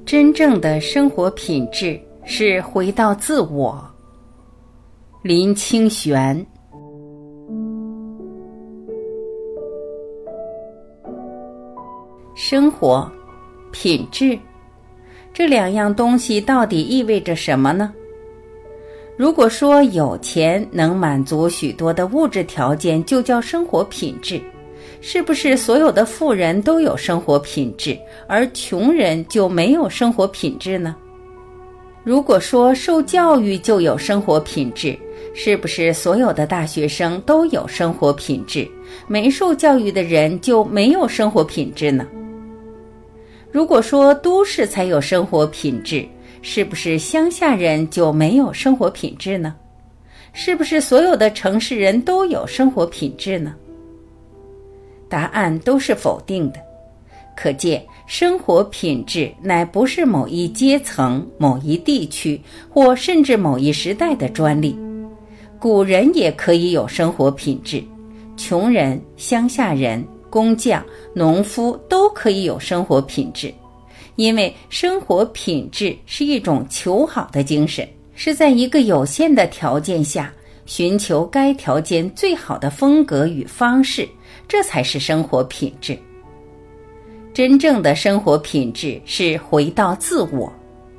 真正的生活品质是回到自我。林清玄。生活、品质，这两样东西到底意味着什么呢？如果说有钱能满足许多的物质条件就叫生活品质，是不是所有的富人都有生活品质，而穷人就没有生活品质呢？如果说受教育就有生活品质，是不是所有的大学生都有生活品质，没受教育的人就没有生活品质呢？如果说都市才有生活品质，是不是乡下人就没有生活品质呢？是不是所有的城市人都有生活品质呢？答案都是否定的。可见生活品质乃不是某一阶层、某一地区或甚至某一时代的专利。古人也可以有生活品质，穷人、乡下人、工匠、农夫都可以有生活品质。因为生活品质是一种求好的精神，是在一个有限的条件下寻求该条件最好的风格与方式，这才是生活品质。真正的生活品质是回到自我。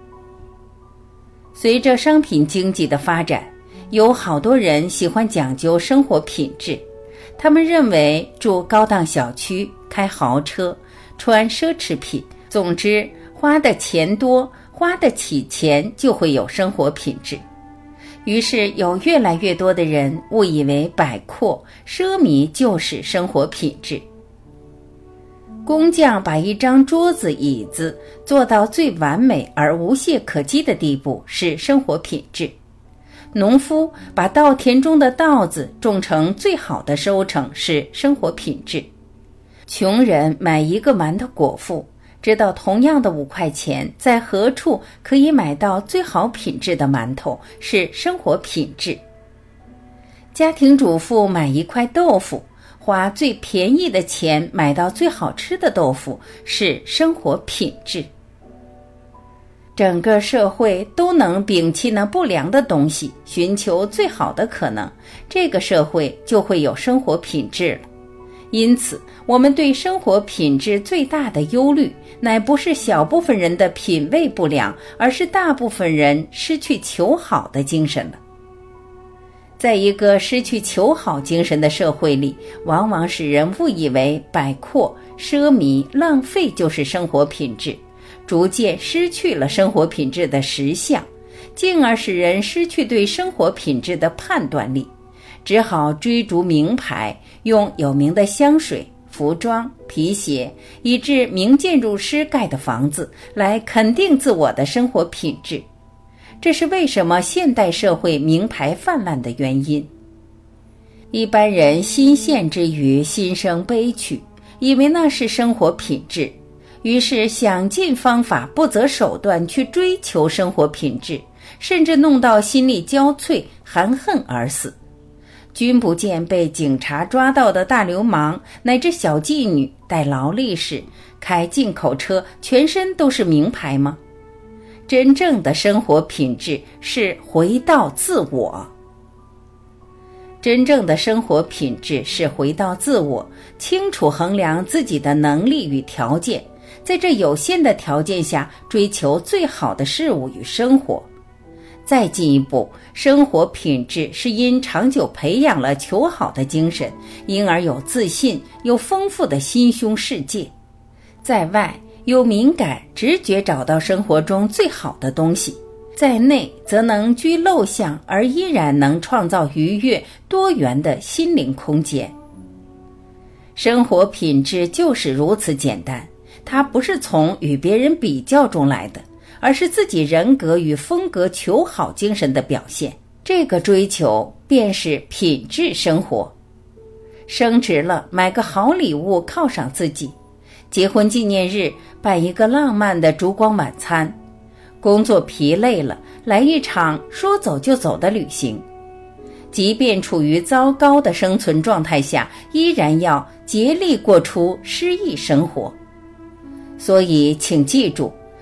随着商品经济的发展，有好多人喜欢讲究生活品质，他们认为住高档小区、开豪车、穿奢侈品，总之花的钱多，花得起钱就会有生活品质。于是有越来越多的人误以为摆阔、奢靡就是生活品质。工匠把一张桌子、椅子做到最完美而无懈可击的地步是生活品质。农夫把稻田中的稻子种成最好的收成是生活品质。穷人买一个馒头果腹，知道同样的5块钱在何处可以买到最好品质的馒头是生活品质。家庭主妇买一块豆腐，花最便宜的钱买到最好吃的豆腐是生活品质。整个社会都能摒弃那不良的东西，寻求最好的可能，这个社会就会有生活品质了。因此我们对生活品质最大的忧虑，乃不是小部分人的品味不良，而是大部分人失去求好的精神了。在一个失去求好精神的社会里，往往使人误以为摆阔、奢靡、浪费就是生活品质，逐渐失去了生活品质的实相，进而使人失去对生活品质的判断力，只好追逐名牌，用有名的香水、服装、皮鞋，以致名建筑师盖的房子来肯定自我的生活品质。这是为什么现代社会名牌泛滥的原因。一般人欣羡之余心生悲屈，以为那是生活品质，于是想尽方法不择手段去追求生活品质，甚至弄到心力交瘁，含恨而死。君不见被警察抓到的大流氓乃至小妓女戴劳力士、开进口车，全身都是名牌吗？真正的生活品质是回到自我。真正的生活品质是回到自我，清楚衡量自己的能力与条件，在这有限的条件下追求最好的事物与生活。再进一步，生活品质是因长久培养了求好的精神，因而有自信，有丰富的心胸世界。在外有敏感直觉找到生活中最好的东西，在内则能居陋巷而依然能创造愉悦多元的心灵空间。生活品质就是如此简单，它不是从与别人比较中来的，而是自己人格与风格求好精神的表现。这个追求便是品质生活。升职了，买个好礼物犒赏自己；结婚纪念日办一个浪漫的烛光晚餐；工作疲累了，来一场说走就走的旅行。即便处于糟糕的生存状态下，依然要竭力过出诗意生活。所以请记住，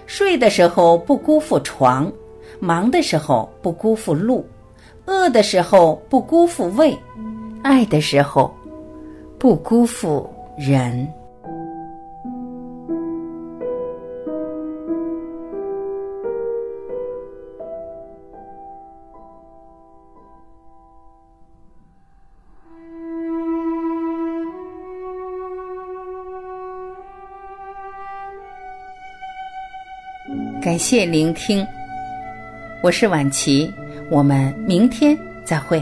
睡的时候不辜负床，忙的时候不辜负路，饿的时候不辜负胃，爱的时候不辜负人。感谢聆听，我是婉琪，我们明天再会。